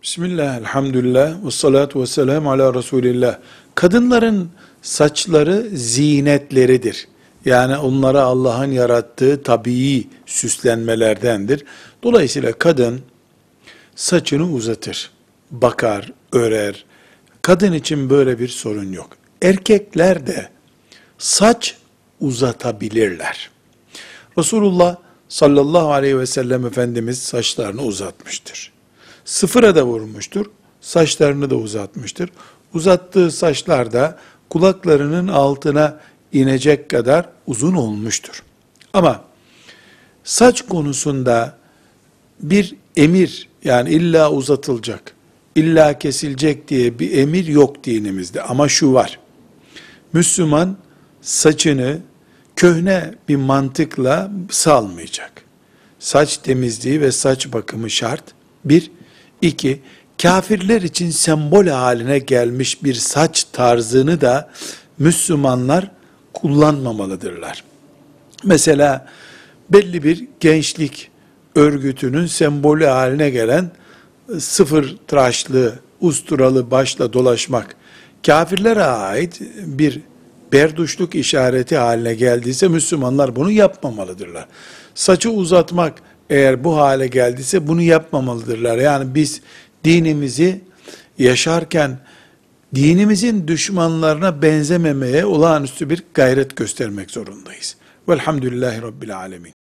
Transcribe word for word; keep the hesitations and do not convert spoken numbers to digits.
Bismillah, elhamdülillah, ve salatu ve selamu ala Resulillah. Kadınların saçları zinetleridir. Yani onlara Allah'ın yarattığı tabii süslenmelerdendir. Dolayısıyla kadın saçını uzatır, bakar, örer. Kadın için böyle bir sorun yok. Erkekler de saç uzatabilirler. Resulullah sallallahu aleyhi ve sellem Efendimiz saçlarını uzatmıştır. Sıfıra da vurmuştur, saçlarını da uzatmıştır. Uzattığı saçlar da kulaklarının altına inecek kadar uzun olmuştur. Ama saç konusunda bir emir, yani illa uzatılacak, illa kesilecek diye bir emir yok dinimizde. Ama şu var, Müslüman saçını köhne bir mantıkla salmayacak. Saç temizliği ve saç bakımı şart. Bir, iki, kafirler için sembol haline gelmiş bir saç tarzını da Müslümanlar kullanmamalıdırlar. Mesela belli bir gençlik örgütünün sembolü haline gelen sıfır tıraşlı, usturalı başla dolaşmak, kafirlere ait bir berduşluk işareti haline geldiyse Müslümanlar bunu yapmamalıdırlar. Saçı uzatmak eğer bu hale geldiyse bunu yapmamalıdırlar. Yani biz dinimizi yaşarken dinimizin düşmanlarına benzememeye olağanüstü bir gayret göstermek zorundayız. Velhamdülillahi Rabbil Alemin.